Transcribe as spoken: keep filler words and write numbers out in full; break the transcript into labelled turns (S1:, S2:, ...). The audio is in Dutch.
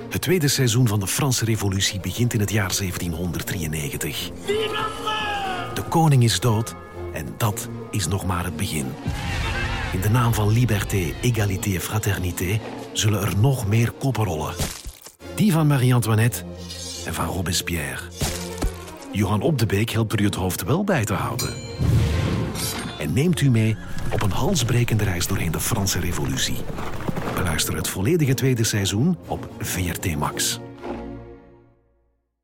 S1: Het tweede seizoen van de Franse Revolutie begint in het jaar zeventienhonderddrieënnegentig. De koning is dood en dat is nog maar het begin. In de naam van liberté, égalité en fraternité zullen er nog meer koppen rollen. Die van Marie-Antoinette en van Robespierre. Johan Op de Beek helpt er u het hoofd wel bij te houden. En neemt u mee op een halsbrekende reis doorheen de Franse Revolutie. Beluister het volledige tweede seizoen op V R T Max.